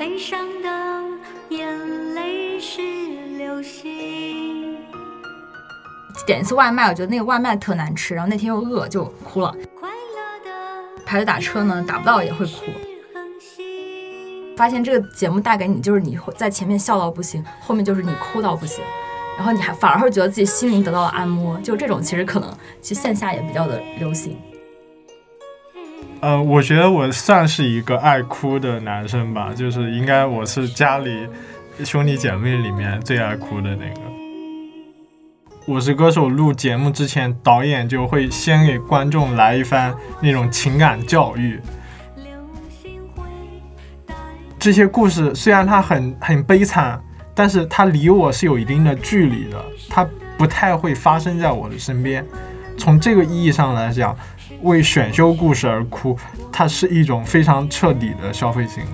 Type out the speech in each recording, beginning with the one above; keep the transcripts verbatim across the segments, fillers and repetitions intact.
悲伤的眼泪是流星。 点一次外卖，我觉得那个外卖特难吃，然后那天又饿就哭了。排队打车呢，打不到也会哭。发现这个节目带给你就是你在前面笑到不行，后面就是你哭到不行，然后你还反而会觉得自己心灵得到了按摩，就这种其实可能其实线下也比较的流行。 呃，我觉得我算是一个爱哭的男生吧，就是应该我是家里兄弟姐妹里面最爱哭的那个。我是歌手录节目之前，导演就会先给观众来一番那种情感教育。这些故事虽然它很很悲惨，但是它离我是有一定的距离的，它不太会发生在我的身边。从这个意义上来讲，为选秀故事而哭，它是一种非常彻底的消费行为。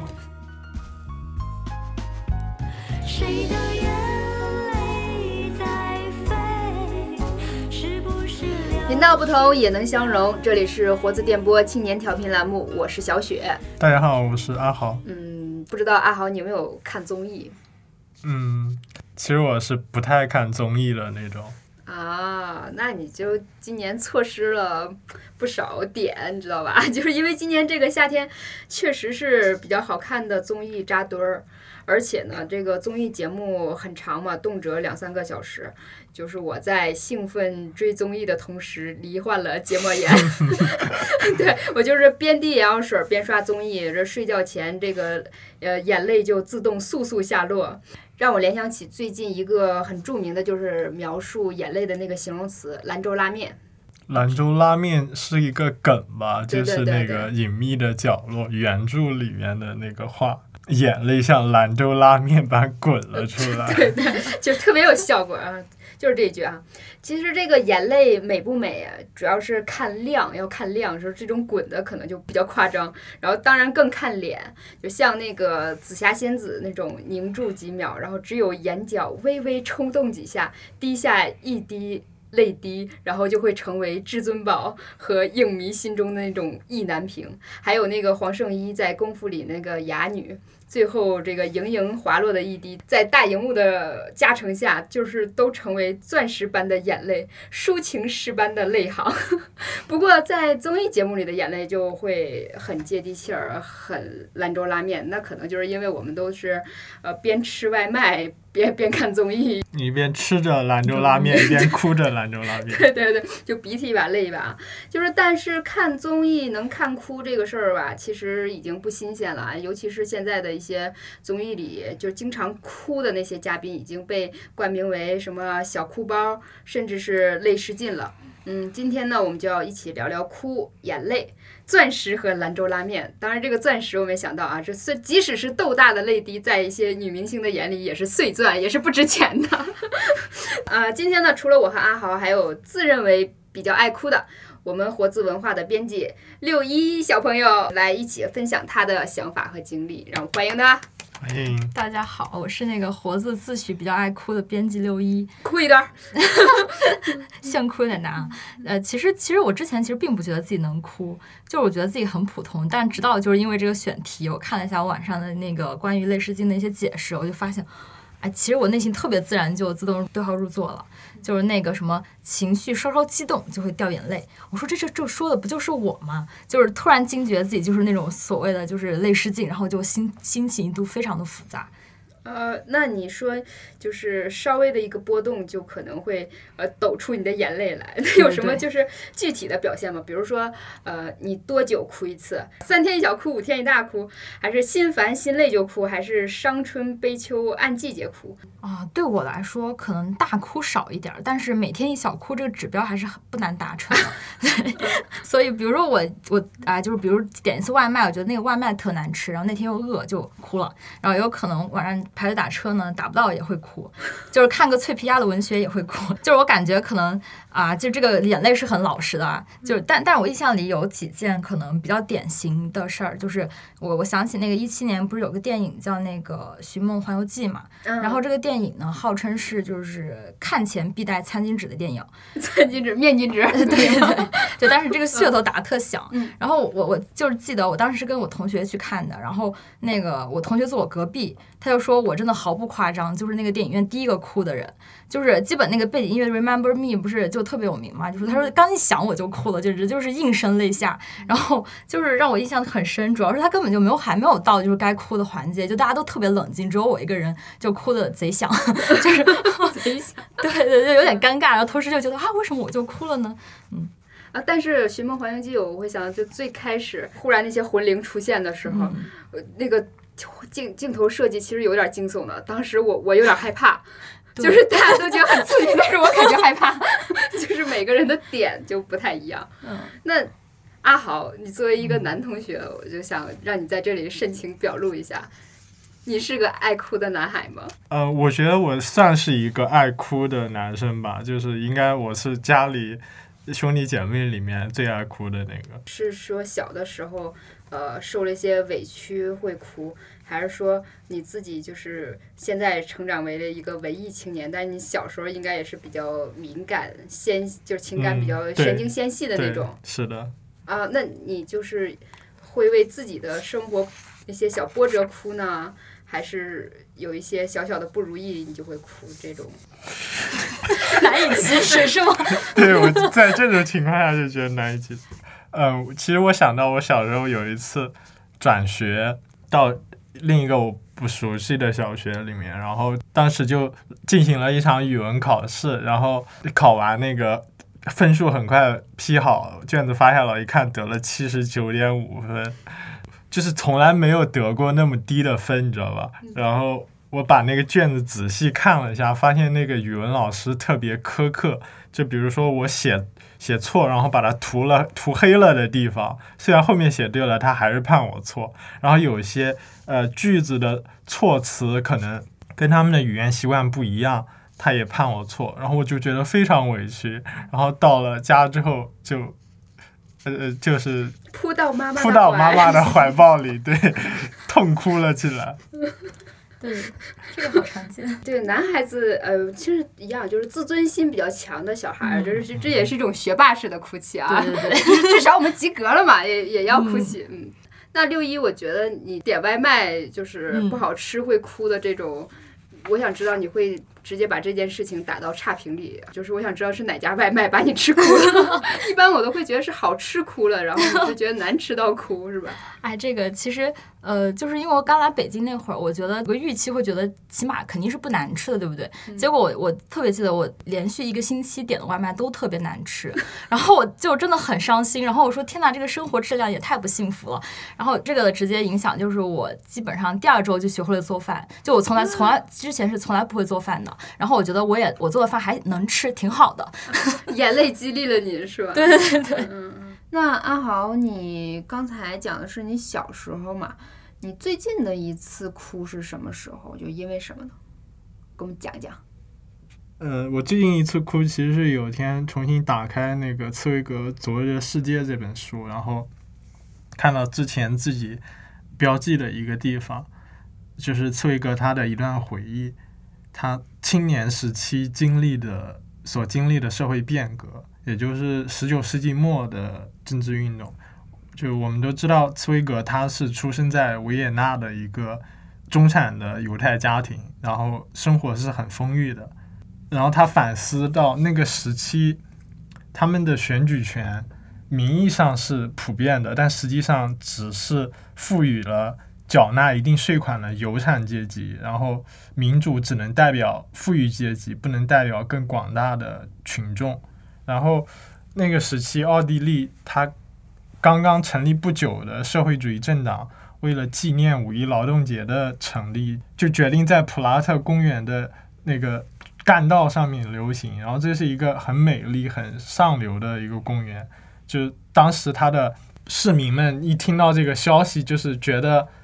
频道不同也能相融，这里是活字电波青年调频栏目，我是小雪。 大家好，我是阿豪。 嗯，不知道阿豪你有没有看综艺？ 嗯，其实我是不太看综艺的那种。 啊，那你就今年错失了不少点，你知道吧？就是因为今年这个夏天确实是比较好看的综艺扎堆儿，而且呢，这个综艺节目很长嘛，动辄两三个小时。就是我在兴奋追综艺的同时，罹患了结膜炎。对，我就是边滴眼药水边刷综艺，这睡觉前这个呃眼泪就自动簌簌下落。让我联想起最近一个很著名的，就是描述眼泪的那个形容词——兰州拉面。 兰州拉面是一个梗吧， 对对对对， 就是那个隐秘的角落原著里面的那个话，眼泪像兰州拉面般滚了出来。 对对，就特别有效果啊，就是这一句啊。其实这个眼泪美不美啊，主要是看量，要看量，说这种滚的可能就比较夸张，然后当然更看脸，就像那个紫霞仙子那种凝住几秒，然后只有眼角微微冲动几下，滴下一滴泪滴，然后就会成为至尊宝和影迷心中的那种意难平。还有那个黄圣依在功夫里那个哑女，最后这个盈盈滑落的一滴，在大荧幕的加成下，就是都成为钻石般的眼泪，抒情诗般的泪行。不过在综艺节目里的眼泪就会很接地气儿，很兰州拉面，那可能就是因为我们都是呃边吃外卖边边看综艺， 你一边吃着兰州拉面一边哭着兰州拉面。 对对对，就鼻涕一把泪一把。就是但是看综艺能看哭这个事儿吧，其实已经不新鲜了，尤其是现在的一些综艺里，就是经常哭的那些嘉宾已经被冠名为什么小哭包，甚至是泪失禁了。嗯，今天呢，我们就要一起聊聊哭、眼泪、钻石和兰州拉面。当然，这个钻石我没想到啊，这即使是豆大的泪滴，在一些女明星的眼里也是碎钻，也是不值钱的。啊，今天呢，除了我和阿豪，还有自认为比较爱哭的我们活字文化的编辑六一小朋友来一起分享他的想法和经历，让我欢迎他。 欢迎大家好，我是那个活字自诩比较爱哭的编辑六一。 哭一段。 现哭有点难啊。呃，其实其实我之前其实并不觉得自己能哭，就是我觉得自己很普通。但直到就是因为这个选题，我看了一下我晚上的那个关于泪失禁的一些解释，我就发现，哎，其实我内心特别自然就自动对号入座了。就是那个什么情绪稍稍激动就会掉眼泪，我说这这这说的不就是我吗？就是突然惊觉自己就是那种所谓的就是泪失禁，然后就心心情一度非常的复杂。 呃，那你说就是稍微的一个波动就可能会呃抖出你的眼泪来，那有什么就是具体的表现吗？比如说呃你多久哭一次？三天一小哭，五天一大哭，还是心烦心累就哭，还是伤春悲秋按季节哭？ 啊，对我来说可能大哭少一点，但是每天一小哭这个指标还是很不难达成的。对，所以比如说我我啊，就是比如点一次外卖，我觉得那个外卖特难吃，然后那天又饿就哭了，然后有可能晚上排队打车呢，打不到也会哭，就是看个脆皮鸭的文学也会哭，就是我感觉可能啊，就这个眼泪是很老实的啊，就是但但是我印象里有几件可能比较典型的事儿，就是我我想起那个一七年不是有个电影叫那个《寻梦环游记》嘛， 嗯、 然后这个电影呢号称是就是看前必带餐巾纸的电影， 餐巾纸、面巾纸， 对对对，就但是这个噱头打得特响， 嗯、 然后我我就是记得我当时是跟我同学去看的，然后那个我同学坐我隔壁，他就说我真的毫不夸张，就是那个电影院第一个哭的人，就是基本那个背景音乐 Remember Me 不是就特别有名嘛，就是他说刚一响我就哭了，就是就是应声泪下，然后就是让我印象很深，主要是他根本就没有还没有到就是该哭的环节，就大家都特别冷静，只有我一个人就哭的贼响，就是贼响， 对对对，有点尴尬，然后同时就觉得啊为什么我就哭了呢？嗯。 啊，但是《寻梦环游记》我会想，就最开始忽然那些魂灵出现的时候， 嗯呃、那个镜镜头设计其实有点惊悚的。当时我我有点害怕，就是大家都觉得很刺激，但是我感觉害怕，就是每个人的点就不太一样。 嗯， 那阿豪，你作为一个男同学，我就想让你在这里深情表露一下。你是个爱哭的男孩吗？ 呃，我觉得我算是一个爱哭的男生吧，就是应该我是家里兄弟姐妹里面最爱哭的那个。 是说小的时候，呃，受了一些委屈会哭，还是说你自己就是现在成长为了一个文艺青年，但是你小时候应该也是比较敏感、纤，就是情感比较神经纤细的那种？ 嗯、是的。 啊、呃，那你就是会为自己的生活那些小波折哭呢？还是有一些小小的不如意你就会哭这种？ 难以启齿是吗？ 对，我在这种情况下就觉得难以启齿。嗯，其实我想到我小时候有一次转学到另一个我不熟悉的小学里面，然后当时就进行了一场语文考试，然后考完那个分数很快批好，卷子发下来一看得了七十九点五分。就是从来没有得过那么低的分，你知道吧？然后我把那个卷子仔细看了一下，发现那个语文老师特别苛刻。就比如说我写写错，然后把它涂了涂黑了的地方，虽然后面写对了，他还是判我错。然后有一些呃句子的措辞可能跟他们的语言习惯不一样，他也判我错。然后我就觉得非常委屈。然后到了家之后就。呃，就是扑到妈妈扑到妈妈的怀抱里，对，痛哭了起来。 对，这个好常见。 对，男孩子呃，其实一样，就是自尊心比较强的小孩，嗯、这是这也是一种学霸式的哭泣啊。 对对对， 至少我们及格了嘛，也也要哭泣。嗯，嗯那六一，我觉得你点外卖就是不好吃会哭的这种，嗯、我想知道你会。直接把这件事情打到差评里，就是我想知道是哪家外卖把你吃哭了。一般我都会觉得是好吃哭了，然后你就觉得难吃到哭，是吧？ 哎，这个其实呃，就是因为我刚来北京那会儿，我觉得有个预期会觉得起码肯定是不难吃的，对不对？嗯、结果我我特别记得我连续一个星期点的外卖都特别难吃，然后我就真的很伤心。然后我说天哪，这个生活质量也太不幸福了。然后这个的直接影响就是我基本上第二周就学会了做饭，就我从来从来之前是从来不会做饭的。然后我觉得我也我做的饭还能吃，挺好的。 眼泪激励了你是吧？ 对对对对。 嗯嗯。那阿豪，你刚才讲的是你小时候嘛？你最近的一次哭是什么时候？就因为什么呢？给我们讲讲。 呃，我最近一次哭其实是有天重新打开那个茨威格《昨日的世界》这本书，然后看到之前自己标记的一个地方，就是茨威格他的一段回忆。他青年时期经历的所经历的社会变革，也就是十九世纪末的政治运动。就我们都知道，茨威格他是出生在维也纳的一个中产的犹太家庭，然后生活是很丰裕的。然后他反思到那个时期，他们的选举权名义上是普遍的，但实际上只是赋予了缴纳一定税款的有产阶级，然后民主只能代表富裕阶级，不能代表更广大的群众。然后那个时期奥地利它刚刚成立不久的社会主义政党，为了纪念五一劳动节的成立，就决定在普拉特公园的那个干道上面游行。然后这是一个很美丽很上流的一个公园，就当时他的市民们一听到这个消息，就是觉得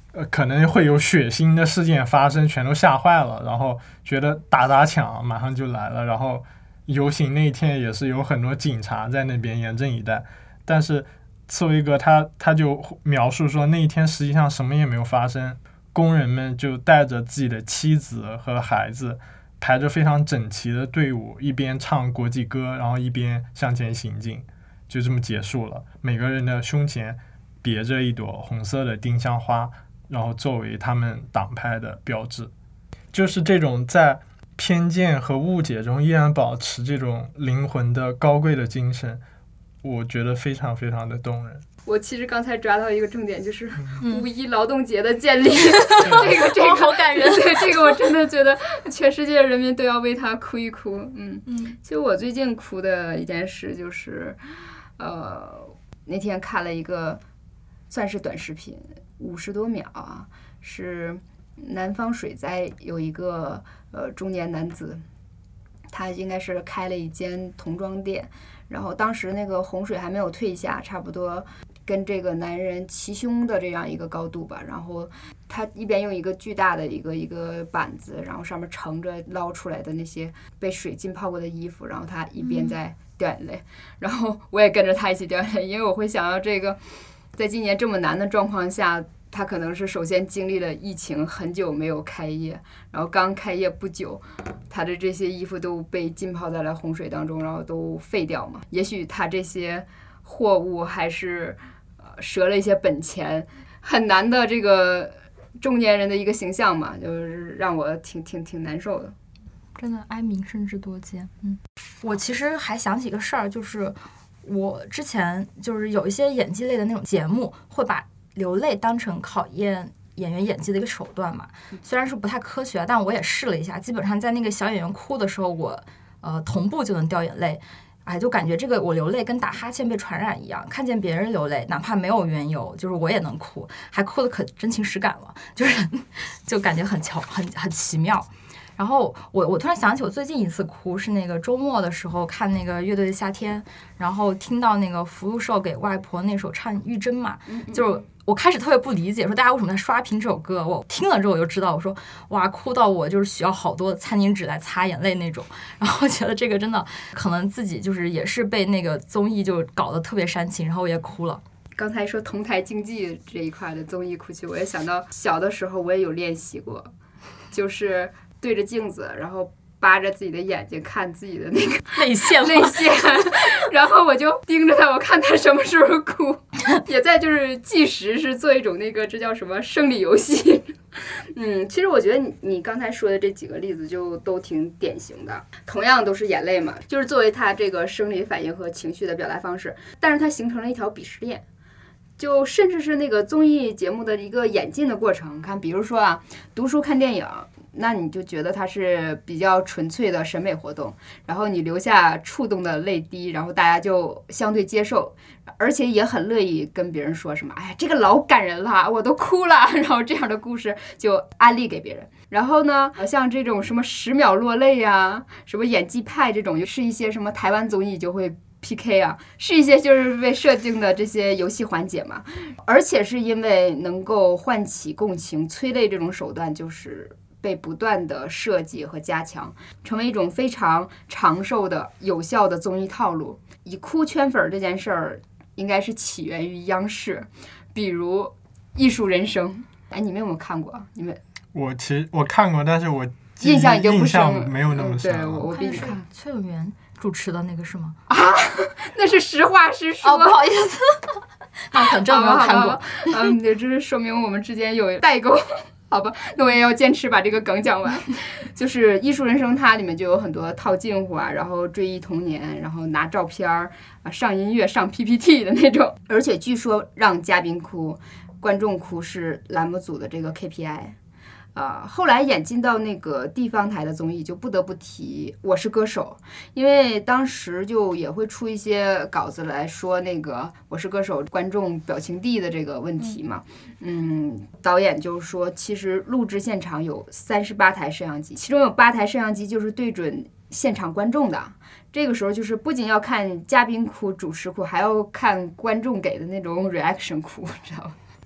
呃，可能会有血腥的事件发生，全都吓坏了，然后觉得打砸抢马上就来了，然后游行那一天也是有很多警察在那边严阵以待，但是刺猬哥他他就描述说那一天实际上什么也没有发生，工人们就带着自己的妻子和孩子排着非常整齐的队伍，一边唱国际歌，然后一边向前行进，就这么结束了。每个人的胸前别着一朵红色的丁香花，然后作为他们党派的标志。就是这种在偏见和误解中依然保持这种灵魂的高贵的精神，我觉得非常非常的动人。 我其实刚才抓到一个重点，就是五一劳动节的建立， 嗯、 这个这个好感人。 对，这个我真的觉得全世界人民都要为他哭一哭。嗯嗯， 其实我最近哭的一件事就是，呃，那天看了一个算是短视频，五十多秒啊，是南方水灾有一个呃中年男子，他应该是开了一间童装店，然后当时那个洪水还没有退下，差不多跟这个男人齐胸的这样一个高度吧，然后他一边用一个巨大的一个一个板子，然后上面盛着捞出来的那些被水浸泡过的衣服，然后他一边在掉眼泪、嗯、然后我也跟着他一起掉眼泪，因为我会想到这个在今年这么难的状况下，他可能是首先经历了疫情，很久没有开业，然后刚开业不久，他的这些衣服都被浸泡在了洪水当中，然后都废掉嘛。也许他这些货物还是折了一些本钱，很难的这个中年人的一个形象嘛，就是让我挺挺挺难受的。 真的哀民甚至多见。嗯，我其实还想起个事儿，就是我之前就是有一些演技类的那种节目，会把流泪当成考验演员演技的一个手段嘛。虽然是不太科学，但我也试了一下，基本上在那个小演员哭的时候，我呃同步就能掉眼泪。哎，就感觉这个我流泪跟打哈欠被传染一样，看见别人流泪，哪怕没有缘由，就是我也能哭，还哭得可真情实感了，就是就感觉很巧，很很奇妙。然后我我突然想起我最近一次哭是那个周末的时候看那个乐队的夏天，然后听到那个福禄寿给外婆那首唱玉珍嘛，就是我开始特别不理解，说大家为什么在刷屏这首歌，我听了之后我就知道，我说哇，哭到我就是需要好多餐巾纸来擦眼泪那种。然后觉得这个真的可能自己就是也是被那个综艺就搞得特别煽情，然后我也哭了。 刚才说同台竞技这一块的综艺哭泣，我也想到小的时候我也有练习过，就是对着镜子，然后扒着自己的眼睛看自己的那个泪腺泪腺，然后我就盯着他，我看他什么时候哭，也在就是计时，是做一种那个这叫什么生理游戏。嗯，其实我觉得你你刚才说的这几个例子就都挺典型的，同样都是眼泪嘛，就是作为他这个生理反应和情绪的表达方式，但是它形成了一条鄙视链。就甚至是那个综艺节目的一个演进的过程，看比如说啊，读书看电影，那你就觉得它是比较纯粹的审美活动，然后你留下触动的泪滴，然后大家就相对接受，而且也很乐意跟别人说什么，哎呀，这个老感人了，我都哭了，然后这样的故事就安利给别人。然后呢，像这种什么十秒落泪啊，什么演技派这种，是一些什么台湾综艺就会P K 啊，是一些就是被设定的这些游戏环节嘛，而且是因为能够唤起共情，催泪这种手段就是被不断的设计和加强，成为一种非常长寿的有效的综艺套路。以哭圈粉这件事儿，应该是起源于央视，比如《艺术人生》。哎，你们有没有看过？你们？ 我其实我看过，但是我印象已经不深了，没有那么深了。 嗯、对，我我比你看。 崔永元主持的那个是吗？ 啊，那是实话实说。 哦，不好意思，那可能真的没有看过。 嗯，这是说明我们之间有代沟。好吧，那我也要坚持把这个梗讲完。就是《艺术人生》，它里面就有很多套近乎啊，然后追忆童年，然后拿照片儿啊，上音乐、上 P P T 的那种。而且据说让嘉宾哭、观众哭是栏目组的这个 K P I。呃，后来演进到那个地方台的综艺，就不得不提《我是歌手》，因为当时就也会出一些稿子来说那个《我是歌手》观众表情帝的这个问题嘛。嗯，导演就说，其实录制现场有三十八台摄像机，其中有八台摄像机就是对准现场观众的。这个时候就是不仅要看嘉宾哭、主持哭，还要看观众给的那种 reaction 哭，知道吗？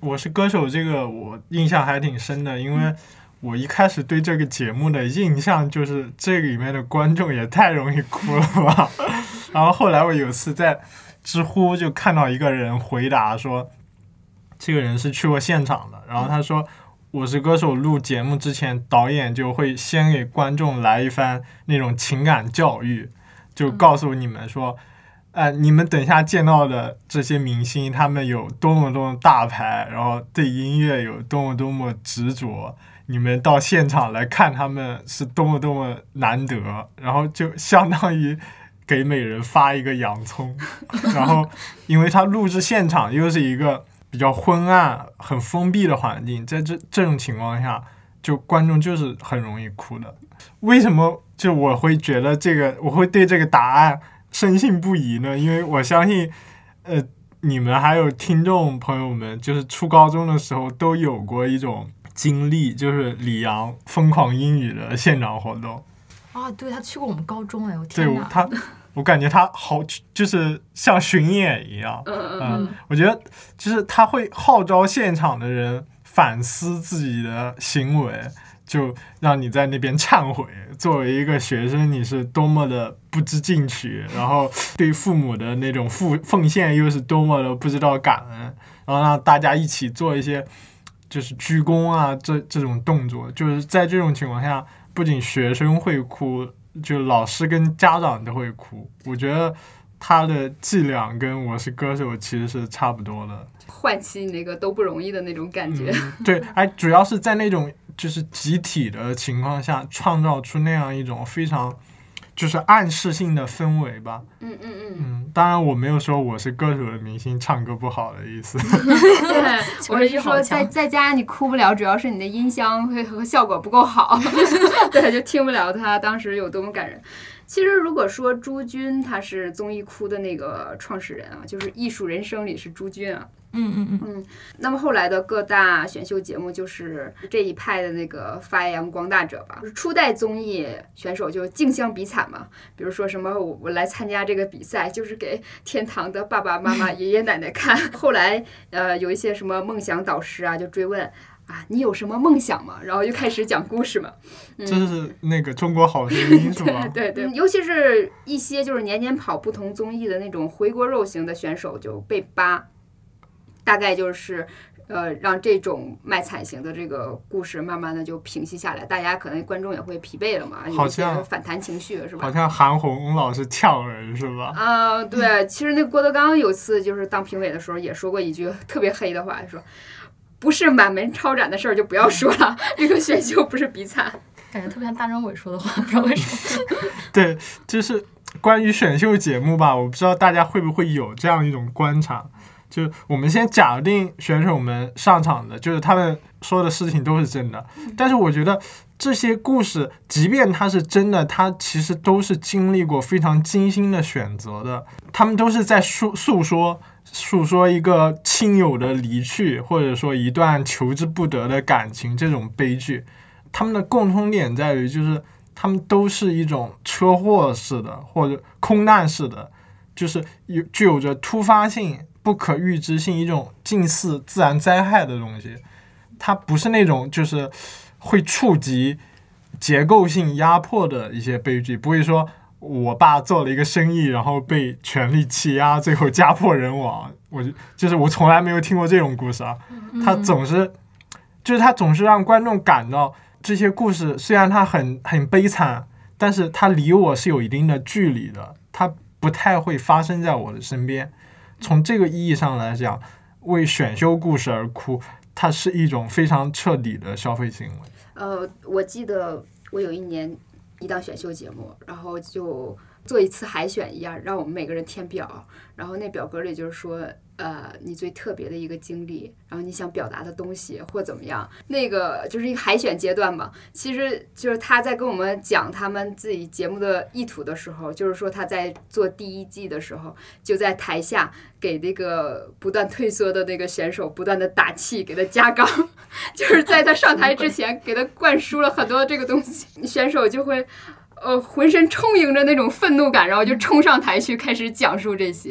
我是歌手这个我印象还挺深的，因为我一开始对这个节目的印象就是这里面的观众也太容易哭了吧。然后后来我有次在知乎就看到一个人回答说，这个人是去过现场的，然后他说我是歌手录节目之前，导演就会先给观众来一番那种情感教育，就告诉你们说呃，你们等一下见到的这些明星，他们有多么多么大牌，然后对音乐有多么多么执着，你们到现场来看他们是多么多么难得，然后就相当于给每人发一个洋葱。然后因为他录制现场又是一个比较昏暗很封闭的环境，在这这种情况下就观众就是很容易哭的。为什么就我会觉得这个我会对这个答案深信不疑呢？因为我相信呃，你们还有听众朋友们就是初高中的时候都有过一种经历，就是李阳疯狂英语的现场活动啊。对，他去过我们高中。哎，我天哪， 他我感觉他好就是像巡演一样。 嗯嗯嗯，我觉得就是他会号召现场的人反思自己的行为，就让你在那边忏悔，作为一个学生你是多么的不知进取，然后对父母的那种奉奉献又是多么的不知道感恩，然后让大家一起做一些就是鞠躬啊这这种动作。就是在这种情况下，不仅学生会哭，就老师跟家长都会哭。我觉得他的伎俩跟我是歌手其实是差不多的， 唤起那个都不容易的那种感觉。 嗯、对，哎，主要是在那种就是集体的情况下，创造出那样一种非常就是暗示性的氛围吧。 嗯嗯嗯嗯，当然我没有说我是歌手的明星唱歌不好的意思。 对，我是说在在家你哭不了，主要是你的音箱会和效果不够好。对，就听不了他当时有多么感人。其实如果说朱军他是综艺哭的那个创始人啊，就是《艺术人生》里是朱军啊。 嗯嗯嗯嗯，那么后来的各大选秀节目就是这一派的那个发扬光大者吧。初代综艺选手就竞相比惨嘛，比如说什么我我来参加这个比赛就是给天堂的爸爸妈妈爷爷奶奶看。后来呃有一些什么梦想导师啊就追问啊你有什么梦想吗？然后就开始讲故事嘛。 嗯、这是那个中国好声音是吧？ 对对对，尤其是一些就是年年跑不同综艺的那种回锅肉型的选手就被扒。大概就是呃让这种卖惨型的这个故事慢慢的就平息下来，大家可能观众也会疲惫了嘛，有一些反弹情绪是吧？ 好像韩红老师呛人是吧？ 啊、呃，对，其实那郭德纲有次就是当评委的时候也说过一句特别黑的话，说不是满门抄斩的事儿就不要说了，这个选秀不是比惨。 感觉特别像大张伟说的话，不知道为什么。 对，就是关于选秀节目吧，我不知道大家会不会有这样一种观察。就我们先假定选手们上场的就是他们说的事情都是真的，但是我觉得这些故事即便它是真的，它其实都是经历过非常精心的选择的，他们都是在诉诉说诉说一个亲友的离去，或者说一段求之不得的感情，这种悲剧他们的共通点在于就是他们都是一种车祸式的或者空难式的，就是有具有着突发性不可预知性，一种近似自然灾害的东西。它不是那种就是会触及结构性压迫的一些悲剧，不会说我爸做了一个生意然后被权力欺压最后家破人亡，我就是我从来没有听过这种故事啊。它总是就是它总是让观众感到这些故事虽然它很很悲惨，但是它离我是有一定的距离的，它不太会发生在我的身边。从这个意义上来讲，为选秀故事而哭，它是一种非常彻底的消费行为。 呃，我记得我有一年一档选秀节目，然后就做一次海选一样，让我们每个人填表，然后那表格里就是说呃，你最特别的一个经历，然后你想表达的东西或怎么样，那个就是一个海选阶段嘛。其实就是他在跟我们讲他们自己节目的意图的时候，就是说他在做第一季的时候，就在台下给那个不断退缩的那个选手不断的打气，给他加杠，就是在他上台之前给他灌输了很多这个东西，选手就会呃，浑身充盈着那种愤怒感，然后就冲上台去开始讲述这些。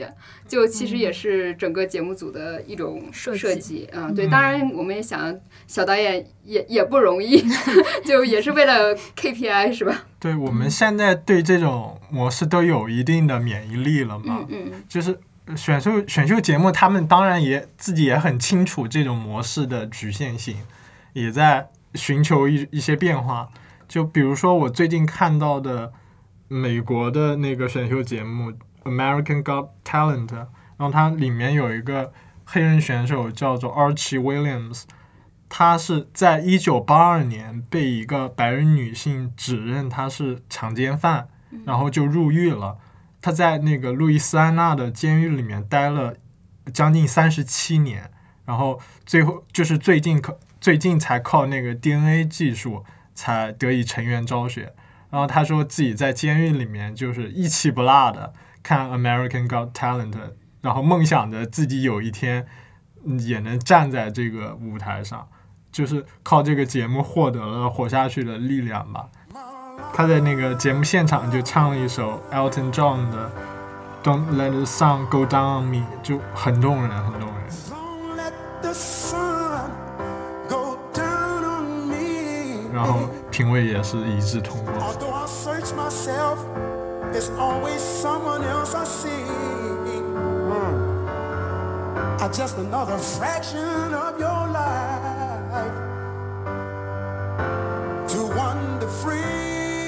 就其实也是整个节目组的一种设计啊、嗯。对，当然我们也想小导演也也不容易，就也是为了 K P I 是吧？ 对，我们现在对这种模式都有一定的免疫力了嘛。 嗯嗯。 就是选秀选秀节目，他们当然也自己也很清楚这种模式的局限性，也在寻求一一些变化。就比如说我最近看到的美国的那个选秀节目 American Got Talent， 然后它里面有一个黑人选手叫做 Archie Williams， 他是在一九八二年被一个白人女性指认他是强奸犯，然后就入狱了。他在那个路易斯安那的监狱里面待了将近三十七年，然后最后就是最近最近才靠那个 D N A 技术才得以成员昭雪。然后他说自己在监狱里面就是一气不落的看 American Got Talent， 然后梦想着自己有一天也能站在这个舞台上，就是靠这个节目获得了活下去的力量吧。他在那个节目现场就唱了一首 Elton John 的 Don't Let the Sun Go Down on Me， 就很动人很动人。 Don't let the sun go down on me， 然后评委也是一致通过。 Although I search myself, there's always someone else I see. I'm just another fraction of your life to wander free。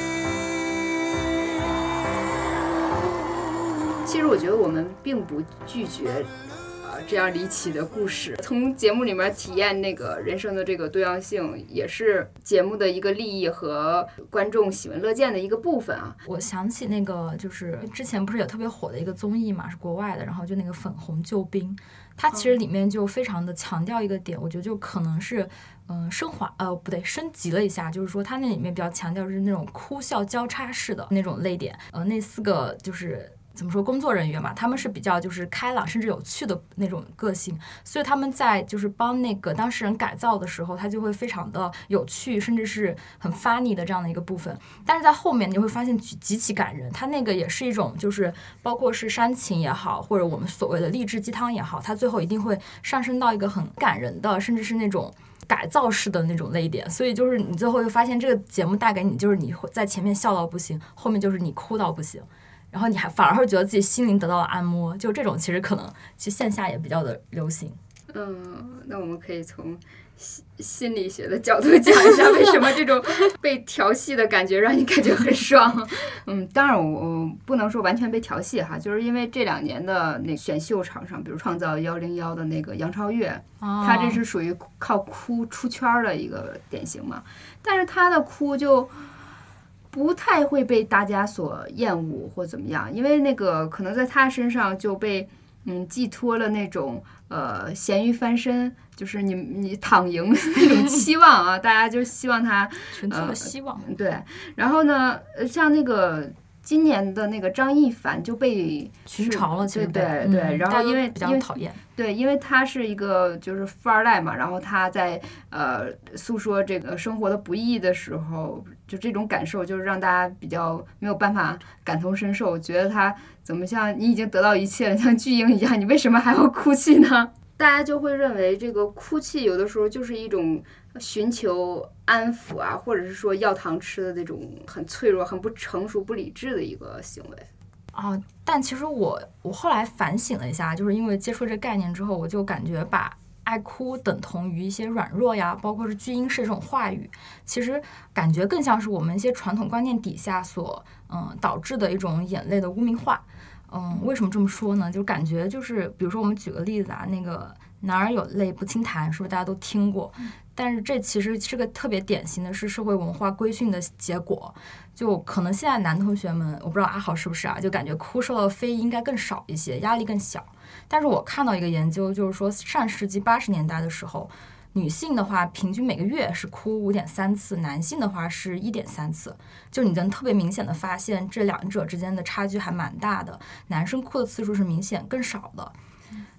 其实我觉得我们并不拒绝呃这样离奇的故事，从节目里面体验那个人生的这个多样性，也是节目的一个利益和观众喜闻乐见的一个部分啊。 我想起那个就是之前不是也特别火的一个综艺嘛，是国外的，然后就那个粉红救兵，它其实里面就非常的强调一个点，我觉得就可能是嗯、呃、升华呃不对升级了一下，就是说它那里面比较强调是那种哭笑交叉式的那种泪点，呃那四个就是怎么说工作人员嘛，他们是比较就是开朗甚至有趣的那种个性，所以他们在就是帮那个当事人改造的时候，他就会非常的有趣，甚至是很 funny 的这样的一个部分。但是在后面你会发现极其感人，他那个也是一种就是包括是煽情也好，或者我们所谓的励志鸡汤也好，他最后一定会上升到一个很感人的，甚至是那种改造式的那种泪点。所以就是你最后会发现这个节目带给你就是你在前面笑到不行，后面就是你哭到不行，然后你还反而会觉得自己心灵得到了按摩，就这种其实可能其实线下也比较的流行。 嗯，那我们可以从心心理学的角度讲一下，为什么这种被调戏的感觉让你感觉很爽。嗯，当然我我不能说完全被调戏哈，就是因为这两年的那选秀场上，比如创造一零一的那个杨超越， 哦、 他这是属于靠哭出圈的一个典型嘛，但是他的哭就不太会被大家所厌恶或怎么样，因为那个可能在他身上就被嗯寄托了那种呃咸鱼翻身，就是你你躺赢那种期望啊，大家就希望他纯粹的希望、 呃。对，然后呢，像那个今年的那个张一凡就被群嘲了，其实对对对、嗯，然后因为比较讨厌， 对，因为他是一个就是富二代嘛，然后他在呃诉说这个生活的不易的时候，就这种感受就是让大家比较没有办法感同身受，觉得他怎么像你已经得到一切了，像巨婴一样，你为什么还要哭泣呢？大家就会认为这个哭泣有的时候就是一种寻求安抚啊，或者是说要糖吃的那种很脆弱、很不成熟、不理智的一个行为。 啊，但其实我我后来反省了一下，就是因为接触这个概念之后，我就感觉把爱哭等同于一些软弱呀，包括是巨婴式这种话语，其实感觉更像是我们一些传统观念底下所嗯导致的一种眼泪的污名化。嗯，为什么这么说呢？就感觉就是，比如说我们举个例子啊，那个男儿有泪不轻弹，是不是大家都听过？但是这其实是个特别典型的是社会文化规训的结果。就可能现在男同学们，我不知道阿豪是不是啊，就感觉哭受到的非议应该更少一些，压力更小。但是我看到一个研究，就是说上世纪八十年代的时候，女性的话平均每个月是哭五点三次，男性的话是一点三次。就你能特别明显的发现这两者之间的差距还蛮大的，男生哭的次数是明显更少的。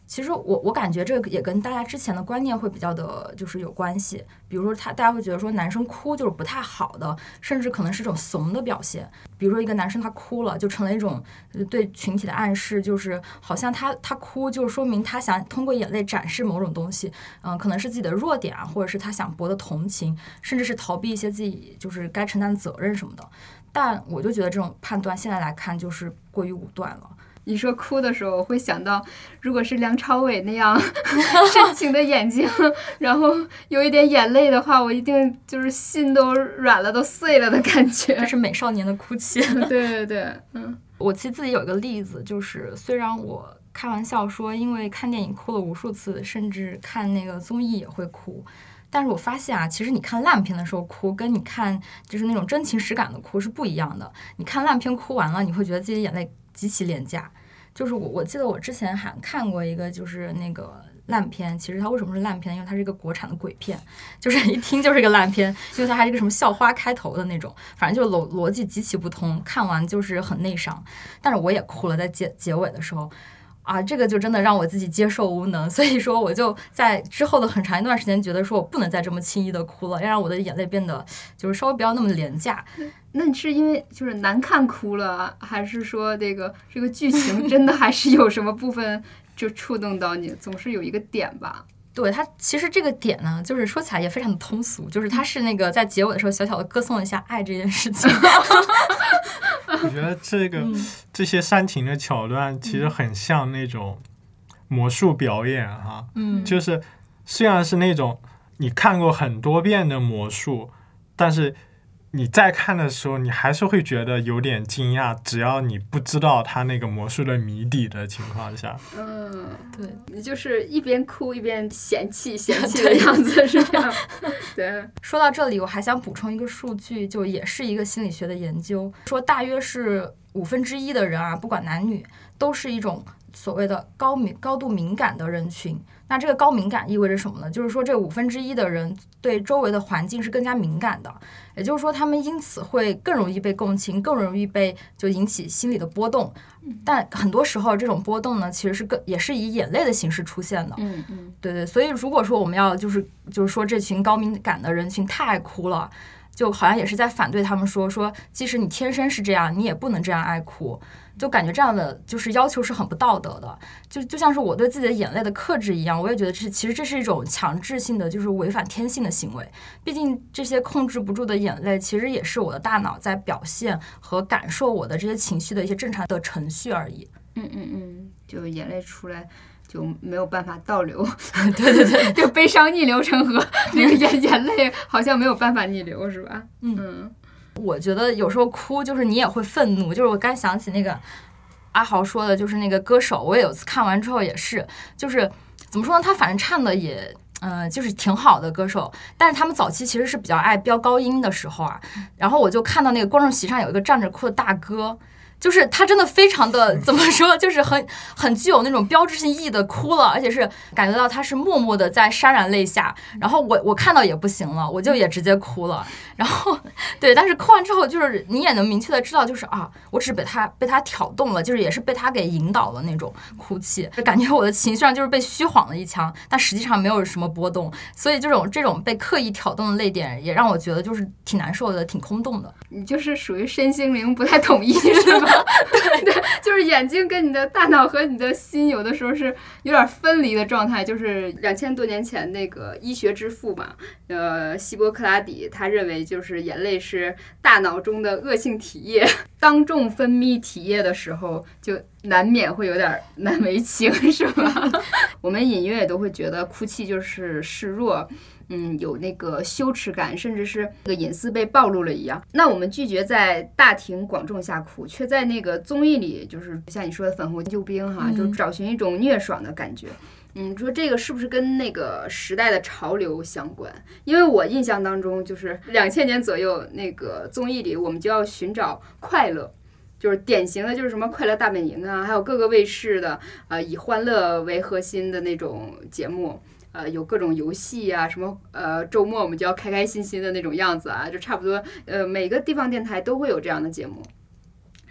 其实我我感觉这个也跟大家之前的观念会比较的，就是有关系。比如说他大家会觉得说男生哭就是不太好的，甚至可能是一种怂的表现。比如说一个男生他哭了，就成了一种对群体的暗示，就是好像他他哭就说明他想通过眼泪展示某种东西，嗯、呃，可能是自己的弱点啊，或者是他想博得同情，甚至是逃避一些自己就是该承担的责任什么的。但我就觉得这种判断现在来看就是过于武断了。 你说哭的时候，我会想到，如果是梁朝伟那样深情的眼睛，然后有一点眼泪的话，我一定就是心都软了，都碎了的感觉。 这是美少年的哭泣。 对对对，嗯。 我其实自己有一个例子，就是虽然我开玩笑说，因为看电影哭了无数次，甚至看那个综艺也会哭。但是我发现啊，其实你看烂片的时候哭，跟你看就是那种真情实感的哭是不一样的。你看烂片哭完了，你会觉得自己的眼泪极其廉价。就是我我记得我之前还看过一个就是那个烂片，其实它为什么是烂片？因为它是一个国产的鬼片，就是一听就是一个烂片，因为它还是一个什么校花开头的那种，反正就是逻逻辑极其不通，看完就是很内伤。但是我也哭了，在结结尾的时候。啊，这个就真的让我自己接受无能，所以说我就在之后的很长一段时间觉得说我不能再这么轻易的哭了，要让我的眼泪变得就是稍微不要那么廉价。 那你是因为就是难看哭了，还是说这个这个剧情真的还是有什么部分就触动到你，总是有一个点吧？ 对，它其实这个点呢，就是说起来也非常的通俗，就是它是那个在结尾的时候小小的歌颂了一下爱这件事情。 我觉得这个、嗯、这些煽情的桥段其实很像那种魔术表演哈， 嗯， 就是虽然是那种你看过很多遍的魔术，但是你再看的时候，你还是会觉得有点惊讶，只要你不知道他那个魔术的谜底的情况下。 嗯， 对， 你就是一边哭一边嫌弃嫌弃的样子，是这样。对。 说到这里，我还想补充一个数据，就也是一个心理学的研究，说大约是五分之一的人啊，不管男女，都是一种所谓的高敏高度敏感的人群。那这个高敏感意味着什么呢？就是说这五分之一的人对周围的环境是更加敏感的，也就是说他们因此会更容易被共情，更容易被就引起心理的波动。但很多时候这种波动呢，其实是更也是以眼泪的形式出现的。 嗯嗯， 对对，所以如果说我们要就是就是说这群高敏感的人群太爱哭了，就好像也是在反对他们说说，即使你天生是这样，你也不能这样爱哭。就感觉这样的就是要求是很不道德的，就就像是我对自己的眼泪的克制一样，我也觉得这其实这是一种强制性的，就是违反天性的行为。毕竟这些控制不住的眼泪，其实也是我的大脑在表现和感受我的这些情绪的一些正常的程序而已。 嗯嗯嗯，就眼泪出来就没有办法倒流， 对对对， 就悲伤逆流成河，那个眼眼泪好像没有办法逆流，是吧？ 嗯。 嗯， 我觉得有时候哭就是你也会愤怒，就是我刚想起那个阿豪说的，就是那个歌手，我也有次看完之后也是，就是怎么说呢，他反正唱的也呃就是挺好的歌手，但是他们早期其实是比较爱飙高音的时候啊，然后我就看到那个观众席上有一个站着哭的大哥。就是他真的非常的怎么说，就是很很具有那种标志性意义的哭了，而且是感觉到他是默默的在潸然泪下。然后我我看到也不行了，我就也直接哭了。然后对，但是哭完之后，就是你也能明确的知道，就是啊，我只是被他被他挑动了，就是也是被他给引导了那种哭泣，就感觉我的情绪上就是被虚晃了一枪，但实际上没有什么波动。所以这种这种被刻意挑动的泪点，也让我觉得就是挺难受的，挺空洞的。 你就是属于身心灵不太统一，是吧？对对，就是眼睛跟你的大脑和你的心有的时候是有点分离的状态。就是两千多年前那个医学之父嘛，呃，希波克拉底，他认为就是眼泪是大脑中的恶性体液，当众分泌体液的时候，就难免会有点难为情，是吧？我们隐约也都会觉得哭泣就是示弱。嗯，有那个羞耻感，甚至是那个隐私被暴露了一样。那我们拒绝在大庭广众下哭，却在那个综艺里，就是像你说的粉红救兵哈，就找寻一种虐爽的感觉。嗯，你说这个是不是跟那个时代的潮流相关？因为我印象当中，就是两千年左右那个综艺里，我们就要寻找快乐。就是典型的，就是什么快乐大本营啊，还有各个卫视的呃以欢乐为核心的那种节目。呃，有各种游戏啊，什么呃，周末我们就要开开心心的那种样子啊，就差不多呃，每个地方电台都会有这样的节目。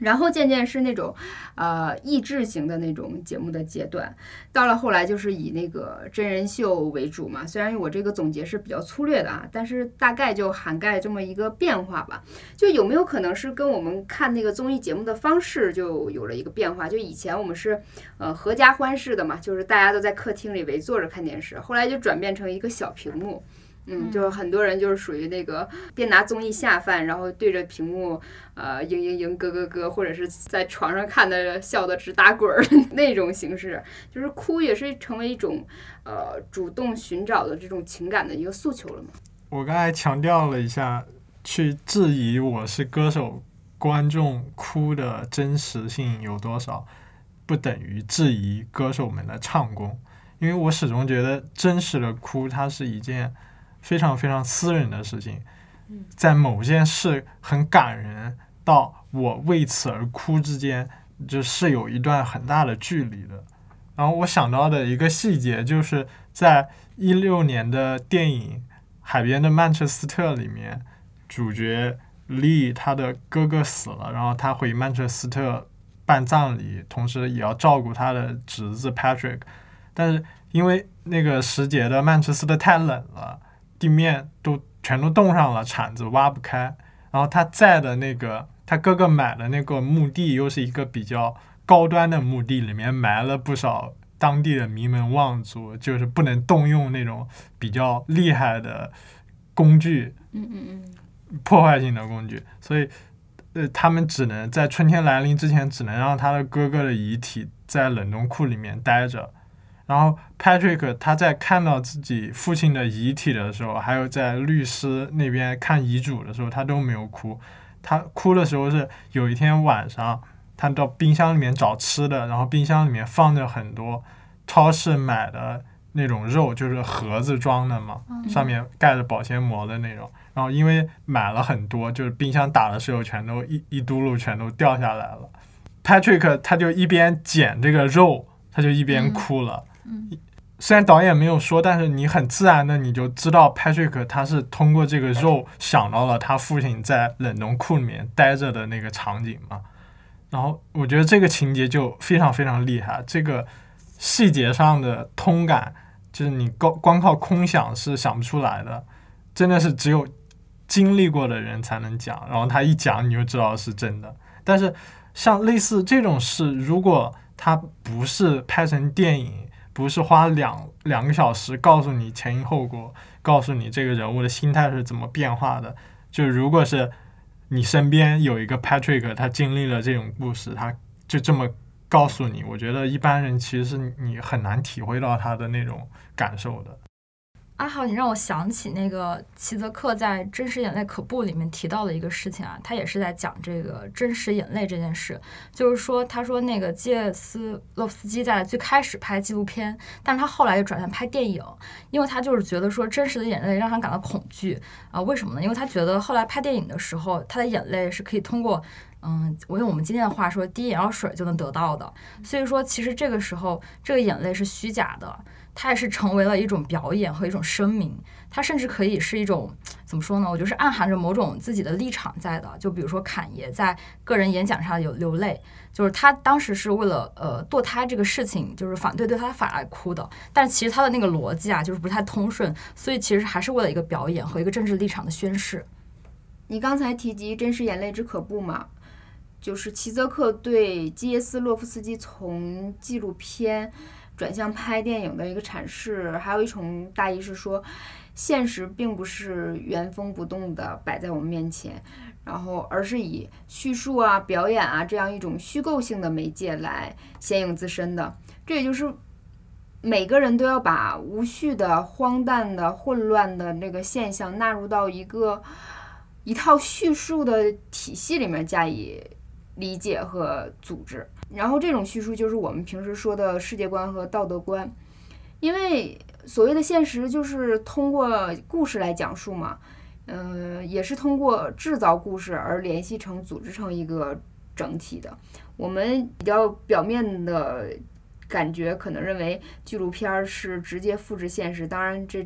然后渐渐是那种，呃，益智型的那种节目的阶段，到了后来就是以那个真人秀为主嘛。虽然我这个总结是比较粗略的啊，但是大概就涵盖这么一个变化吧。就有没有可能是跟我们看那个综艺节目的方式就有了一个变化？就以前我们是呃合家欢式的嘛，就是大家都在客厅里围坐着看电视，后来就转变成一个小屏幕。嗯，就是很多人就是属于那个边拿综艺下饭，然后对着屏幕，呃，嘤嘤嘤咯咯咯，或者是在床上看的笑得直打滚儿那种形式，就是哭也是成为一种呃主动寻找的这种情感的一个诉求了嘛。 我刚才强调了一下，去质疑我是歌手观众哭的真实性有多少，不等于质疑歌手们的唱功，因为我始终觉得真实的哭它是一件非常非常私人的事情，在某件事很感人到我为此而哭之间，就是有一段很大的距离的。然后我想到的一个细节，就是在一六年的电影《海边的曼彻斯特》里面，主角利他的哥哥死了，然后他回曼彻斯特办葬礼，同时也要照顾他的侄子 Patrick， 但是因为那个时节的曼彻斯特太冷了，地面都全都冻上了，铲子挖不开。然后他在的那个他哥哥买的那个墓地又是一个比较高端的墓地，里面埋了不少当地的名门望族，就是不能动用那种比较厉害的工具， 嗯嗯嗯， 破坏性的工具，所以呃，他们只能在春天来临之前，只能让他的哥哥的遗体在冷冻库里面待着。然后 Patrick 他在看到自己父亲的遗体的时候，还有在律师那边看遗嘱的时候，他都没有哭。他哭的时候是有一天晚上，他到冰箱里面找吃的，然后冰箱里面放着很多超市买的那种肉，就是盒子装的嘛，上面盖着保鲜膜的那种。然后因为买了很多，就是冰箱打的时候全都一一嘟噜全都掉下来了。Patrick 他就一边捡这个肉，他就一边哭了。 嗯， 虽然导演没有说，但是你很自然的你就知道 Patrick 他是通过这个肉想到了他父亲在冷冻库里面待着的那个场景嘛。然后我觉得这个情节就非常非常厉害，这个细节上的通感就是你光靠空想是想不出来的，真的是只有经历过的人才能讲，然后他一讲你就知道是真的。但是像类似这种事，如果它不是拍成电影，不是花两两个小时告诉你前因后果，告诉你这个人物的心态是怎么变化的，就如果是你身边有一个 Patrick 他经历了这种故事，他就这么告诉你，我觉得一般人其实是你很难体会到他的那种感受的。 阿豪，你让我想起那个齐泽克在《真实眼泪可怖》里面提到的一个事情啊，他也是在讲这个真实眼泪这件事。就是说，他说那个基耶斯洛夫斯基在最开始拍纪录片，但是他后来就转向拍电影，因为他就是觉得说真实的眼泪让他感到恐惧啊、呃。为什么呢？因为他觉得后来拍电影的时候，他的眼泪是可以通过嗯，我用我们今天的话说，滴眼药水就能得到的。所以说，其实这个时候这个眼泪是虚假的。它也是成为了一种表演和一种声明，它甚至可以是一种怎么说呢？我觉得是暗含着某种自己的立场在的。就比如说侃爷在个人演讲上有流泪，就是他当时是为了呃堕胎这个事情，就是反对对他的法来哭的。但是其实他的那个逻辑啊，就是不太通顺，所以其实还是为了一个表演和一个政治立场的宣示。 你刚才提及《真实眼泪之可怖》嘛，就是齐泽克对基耶斯洛夫斯基从纪录片转向拍电影的一个阐释，还有一种大意是说，现实并不是原封不动的摆在我们面前，然后而是以叙述啊、表演啊这样一种虚构性的媒介来显影自身的。这也就是每个人都要把无序的、荒诞的、混乱的那个现象纳入到一个一套叙述的体系里面加以理解和组织。然后这种叙述就是我们平时说的世界观和道德观，因为所谓的现实就是通过故事来讲述嘛，呃，也是通过制造故事而联系成、组织成一个整体的。我们比较表面的感觉可能认为纪录片是直接复制现实，当然这这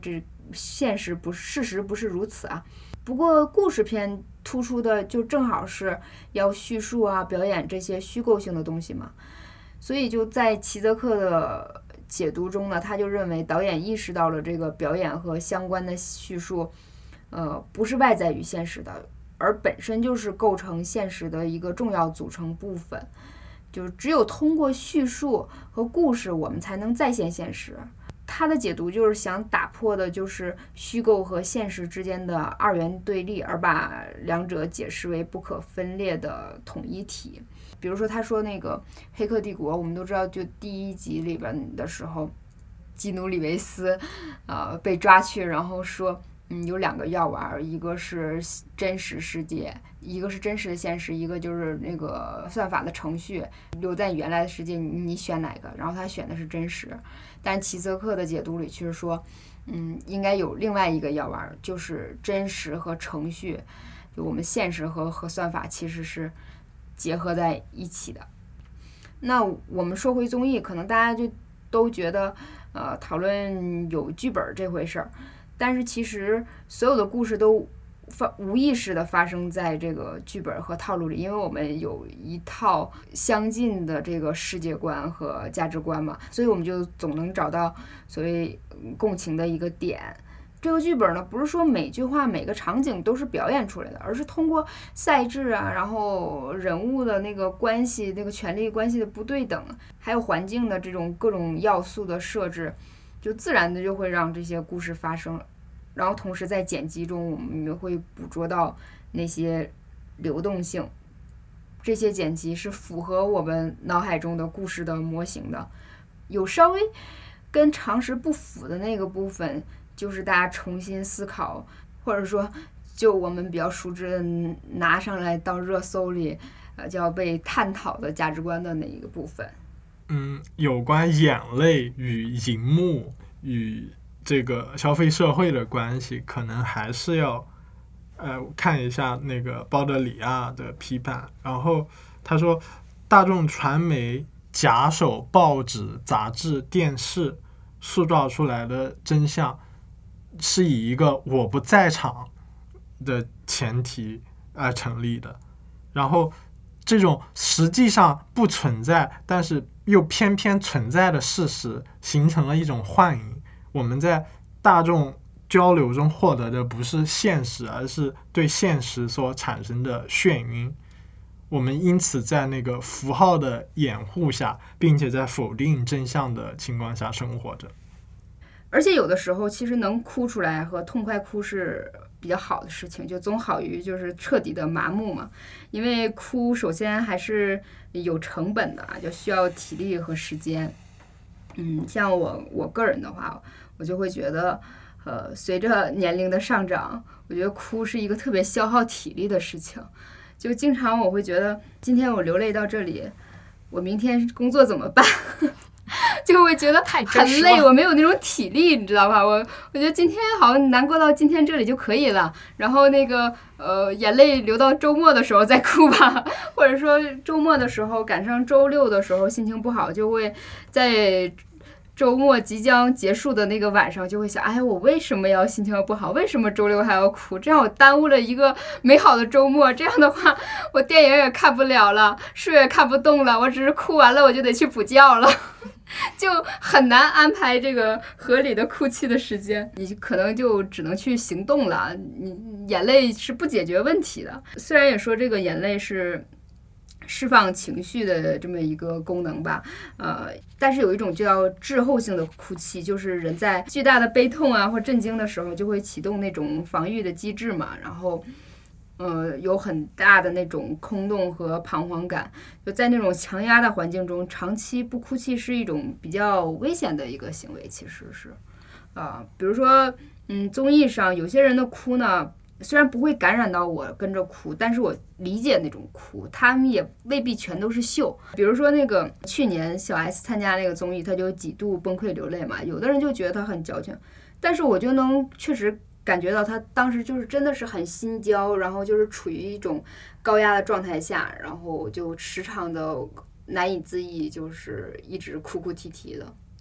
现实不事实不是如此啊。不过故事片突出的就正好是要叙述啊、表演这些虚构性的东西嘛，所以就在齐泽克的解读中呢，他就认为导演意识到了这个表演和相关的叙述，呃，不是外在于现实的，而本身就是构成现实的一个重要组成部分。就是只有通过叙述和故事，我们才能再现现实。他的解读就是想打破的就是虚构和现实之间的二元对立，而把两者解释为不可分裂的统一体。比如说他说那个《黑客帝国》，我们都知道就第一集里边的时候，基努里维斯呃被抓去，然后说嗯有两个药丸，一个是真实世界，一个是真实的现实，一个就是那个算法的程序留在原来的世界，你选哪个？然后他选的是真实，但齐泽克的解读里却说嗯应该有另外一个药丸，就是真实和程序，就我们现实和和算法其实是结合在一起的。那我们说回综艺，可能大家就都觉得呃讨论有剧本这回事儿，但是其实所有的故事都发无意识的发生在这个剧本和套路里，因为我们有一套相近的这个世界观和价值观嘛，所以我们就总能找到所谓共情的一个点。这个剧本呢，不是说每句话每个场景都是表演出来的，而是通过赛制啊，然后人物的那个关系，那个权力关系的不对等，还有环境的这种各种要素的设置，就自然的就会让这些故事发生。然后同时在剪辑中，我们也会捕捉到那些流动性，这些剪辑是符合我们脑海中的故事的模型的。有稍微跟常识不符的那个部分，就是大家重新思考，或者说就我们比较熟知的拿上来到热搜里呃就要被探讨的价值观的那一个部分。 嗯，有关眼泪与荧幕与这个消费社会的关系，可能还是要呃看一下那个鲍德里亚的批判。然后他说，大众传媒假手报纸、杂志、电视塑造出来的真相，是以一个我不在场的前提而成立的。然后这种实际上不存在，但是又偏偏存在的事实，形成了一种幻影。我们在大众交流中获得的不是现实，而是对现实所产生的眩晕。我们因此在那个符号的掩护下，并且在否定真相的情况下生活着。 而且有的时候其实能哭出来和痛快哭是比较好的事情，就总好于就是彻底的麻木嘛。因为哭首先还是有成本的，就需要体力和时间。嗯，像我我个人的话，我就会觉得呃，随着年龄的上涨，我觉得哭是一个特别消耗体力的事情。就经常我会觉得今天我流泪到这里，我明天工作怎么办？就会觉得很累，我没有那种体力，你知道吧？我我觉得今天好像难过到今天这里就可以了，然后那个呃眼泪流到周末的时候再哭吧，或者说周末的时候赶上周六的时候心情不好，就会在周末即将结束的那个晚上就会想，哎，我为什么要心情不好？为什么周六还要哭？这样我耽误了一个美好的周末。这样的话，我电影也看不了了，书也看不动了，我只是哭完了我就得去补觉了。就很难安排这个合理的哭泣的时间，你可能就只能去行动了。你眼泪是不解决问题的。虽然也说这个眼泪是释放情绪的这么一个功能吧，呃，但是有一种叫滞后性的哭泣，就是人在巨大的悲痛啊或震惊的时候，就会启动那种防御的机制嘛，然后。呃，有很大的那种空洞和彷徨感，就在那种强压的环境中，长期不哭泣是一种比较危险的一个行为，其实是，啊、呃，比如说，嗯，综艺上有些人的哭呢，虽然不会感染到我跟着哭，但是我理解那种哭，他们也未必全都是秀。比如说那个去年小 S 参加那个综艺，他就几度崩溃流泪嘛，有的人就觉得他很矫情，但是我就能确实。感觉到他当时就是真的是很心焦，然后就是处于一种高压的状态下，然后就时常的难以自抑，就是一直哭哭啼啼的。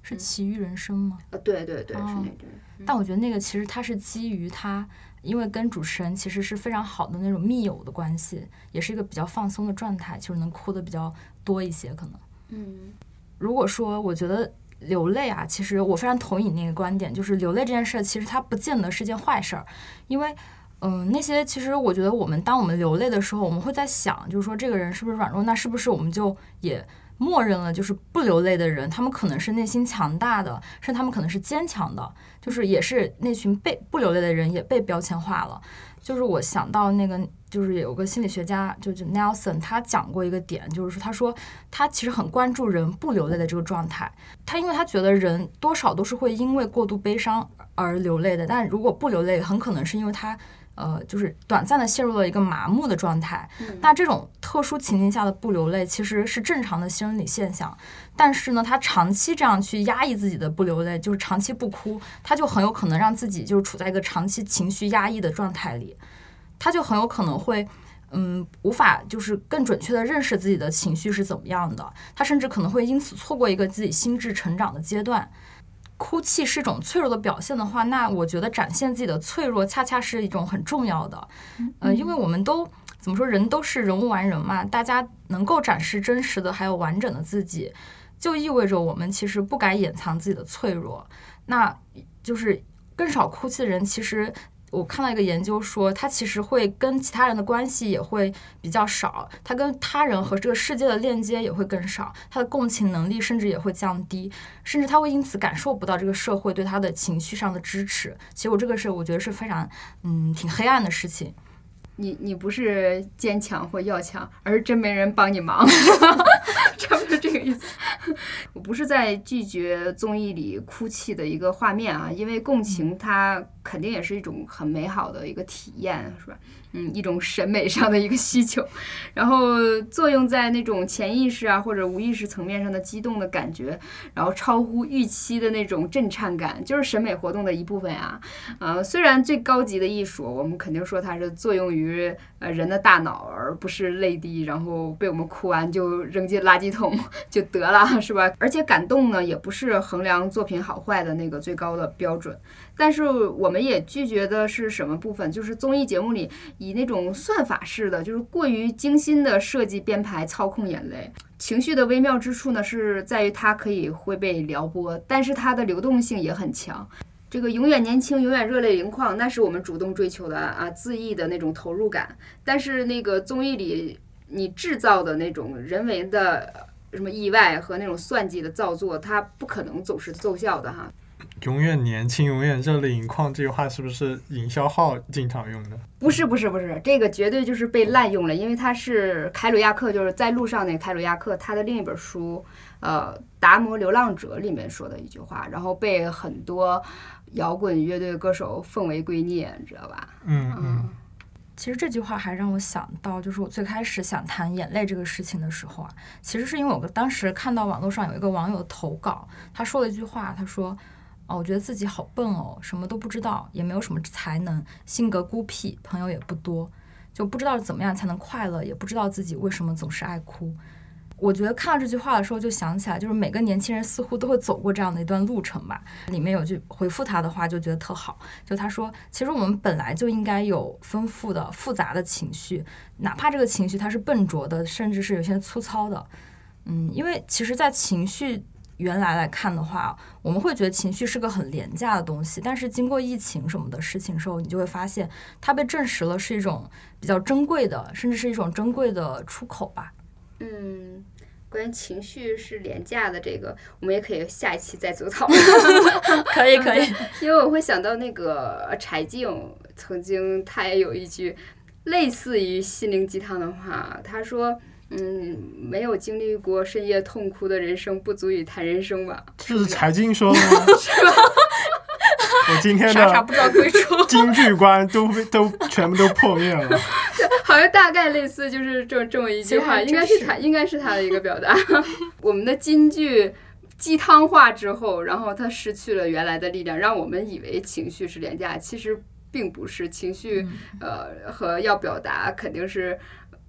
是《奇遇人生》吗？ 呃，对对对， 哦、 是那句。 嗯、但我觉得那个其实它是基于他，因为跟主持人其实是非常好的那种密友的关系，也是一个比较放松的状态，就是能哭的比较多一些可能。 嗯， 如果说我觉得流泪啊，其实我非常同意那个观点，就是流泪这件事其实它不见得是件坏事儿，因为嗯、呃，那些其实我觉得我们当我们流泪的时候，我们会在想，就是说这个人是不是软弱，那是不是我们就也默认了，就是不流泪的人，他们可能是内心强大的，甚至他们可能是坚强的，就是也是那群被不流泪的人也被标签化了。就是我想到那个，就是有个心理学家，就是 Nelson， 他讲过一个点，就是说，他说他其实很关注人不流泪的这个状态。他因为他觉得人多少都是会因为过度悲伤而流泪的，但如果不流泪，很可能是因为他呃，就是短暂的陷入了一个麻木的状态。 嗯、 那这种特殊情境下的不流泪，其实是正常的生理现象。但是呢，他长期这样去压抑自己的不流泪，就是长期不哭，他就很有可能让自己就是处在一个长期情绪压抑的状态里，他就很有可能会，嗯，无法就是更准确的认识自己的情绪是怎么样的，他甚至可能会因此错过一个自己心智成长的阶段。哭泣是一种脆弱的表现的话，那我觉得展现自己的脆弱恰恰是一种很重要的，呃，因为我们都怎么说，人都是人无完人嘛，大家能够展示真实的还有完整的自己，就意味着我们其实不该掩藏自己的脆弱。那就是更少哭泣的人，其实我看到一个研究说，他其实会跟其他人的关系也会比较少，他跟他人和这个世界的链接也会更少，他的共情能力甚至也会降低，甚至他会因此感受不到这个社会对他的情绪上的支持。其实我这个是我觉得是非常嗯挺黑暗的事情。 你你不是坚强或要强，而是真没人帮你忙，差不多这个意思。我不是在拒绝综艺里哭泣的一个画面啊，因为共情它肯定也是一种很美好的一个体验，是吧？嗯，一种审美上的一个需求，然后作用在那种潜意识啊或者无意识层面上的激动的感觉，然后超乎预期的那种震颤感，就是审美活动的一部分啊。呃，虽然最高级的艺术，我们肯定说它是作用于呃人的大脑，而不是泪滴，然后被我们哭完就扔进垃圾桶就得了，是吧？而且感动呢，也不是衡量作品好坏的那个最高的标准。但是我们也拒绝的是什么部分？就是综艺节目里以那种算法式的，就是过于精心的设计编排操控眼泪。情绪的微妙之处呢，是在于它可以会被撩拨，但是它的流动性也很强。这个永远年轻，永远热泪盈眶，那是我们主动追求的啊，恣意的那种投入感。但是那个综艺里你制造的那种人为的什么意外和那种算计的造作，它不可能总是奏效的哈。 永远年轻，永远热泪盈眶，这句话是不是营销号经常用的？ 不是不是不是，这个绝对就是被滥用了，因为它是凯鲁亚克，就是在路上那个凯鲁亚克他的另一本书呃《达摩流浪者》里面说的一句话，然后被很多摇滚乐队歌手奉为圭臬，你知道吧？ 嗯嗯。 其实这句话还让我想到，就是我最开始想谈眼泪这个事情的时候啊，其实是因为我当时看到网络上有一个网友的投稿，他说了一句话，他说哦，我觉得自己好笨哦，什么都不知道，也没有什么才能，性格孤僻，朋友也不多，就不知道怎么样才能快乐，也不知道自己为什么总是爱哭。我觉得看到这句话的时候就想起来，就是每个年轻人似乎都会走过这样的一段路程吧。里面有句回复他的话就觉得特好，就他说其实我们本来就应该有丰富的复杂的情绪，哪怕这个情绪它是笨拙的，甚至是有些粗糙的。嗯，因为其实在情绪原来来看的话，我们会觉得情绪是个很廉价的东西，但是经过疫情什么的事情的时候，你就会发现它被证实了是一种比较珍贵的，甚至是一种珍贵的出口吧。 嗯，关于情绪是廉价的这个，我们也可以下一期再做讨论。 可以可以， 因为我会想到那个柴静曾经他也有一句类似于心灵鸡汤的话，他说嗯，没有经历过深夜痛哭的人生不足以谈人生吧。 这是柴静说的吗？ 是吧？ 我今天傻傻不知道归处， 京剧观都都全部都破灭了。 好像大概类似就是这这么一句话，应该是他应该是他的一个表达。我们的京剧鸡汤化之后，然后它失去了原来的力量，让我们以为情绪是廉价，其实并不是。情绪呃和要表达肯定是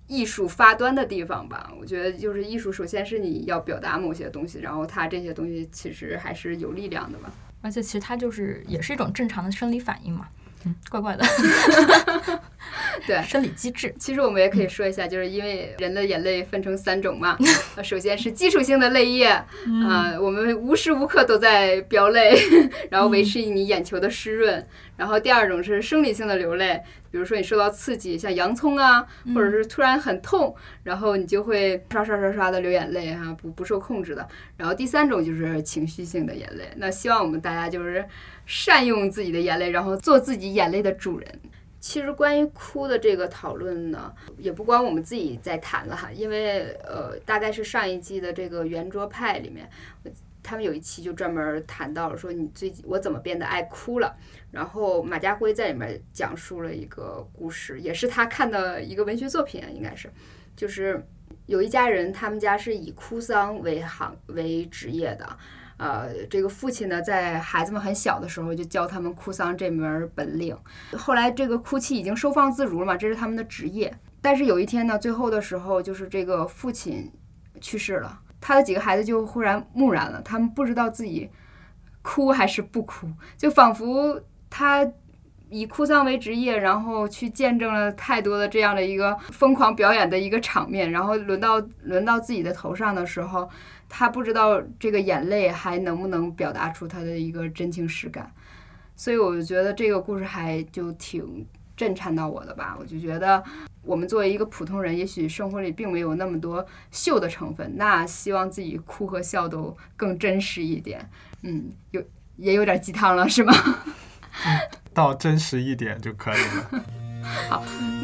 艺术发端的地方吧。我觉得就是艺术首先是你要表达某些东西，然后它这些东西其实还是有力量的吧。 而且其实它就是也是一种正常的生理反应嘛。嗯，怪怪的。 对， 生理机制。 其实我们也可以说一下，就是因为人的眼泪分成三种嘛。首先是基础性的泪液，啊、嗯呃，我们无时无刻都在飙泪，然后维持你眼球的湿润。嗯、然后第二种是生理性的流泪，比如说你受到刺激，像洋葱啊，或者是突然很痛，然后你就会刷刷刷刷的流眼泪哈、啊，不不受控制的。然后第三种就是情绪性的眼泪。那希望我们大家就是善用自己的眼泪，然后做自己眼泪的主人。其实关于哭的这个讨论呢，也不光我们自己在谈了哈，因为呃，大概是上一季的这个圆桌派里面，他们有一期就专门谈到了说你最近我怎么变得爱哭了。然后马家辉在里面讲述了一个故事，也是他看的一个文学作品，应该是，就是有一家人，他们家是以哭丧为行为职业的。呃，这个父亲呢，在孩子们很小的时候就教他们哭丧这门本领。后来这个哭泣已经收放自如了嘛，这是他们的职业。但是有一天呢，最后的时候，就是这个父亲去世了，他的几个孩子就忽然木然了，他们不知道自己哭还是不哭，就仿佛他以哭丧为职业，然后去见证了太多的这样的一个疯狂表演的一个场面，然后轮到轮到自己的头上的时候，他不知道这个眼泪还能不能表达出他的一个真情实感。所以我就觉得这个故事还就挺震撼到我的吧。我就觉得我们作为一个普通人，也许生活里并没有那么多秀的成分，那希望自己哭和笑都更真实一点。嗯，有也有点鸡汤了是吗？ 嗯，到真实一点就可以了。 好，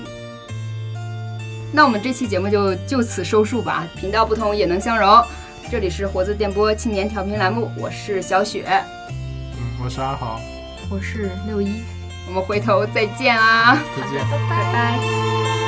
那我们这期节目就就此收束吧。频道不同也能相融，这里是活字电波青年调频栏目，我是小雪。 嗯，我是阿豪， 我是六一， 我们回头再见啊！ 再见， 拜拜。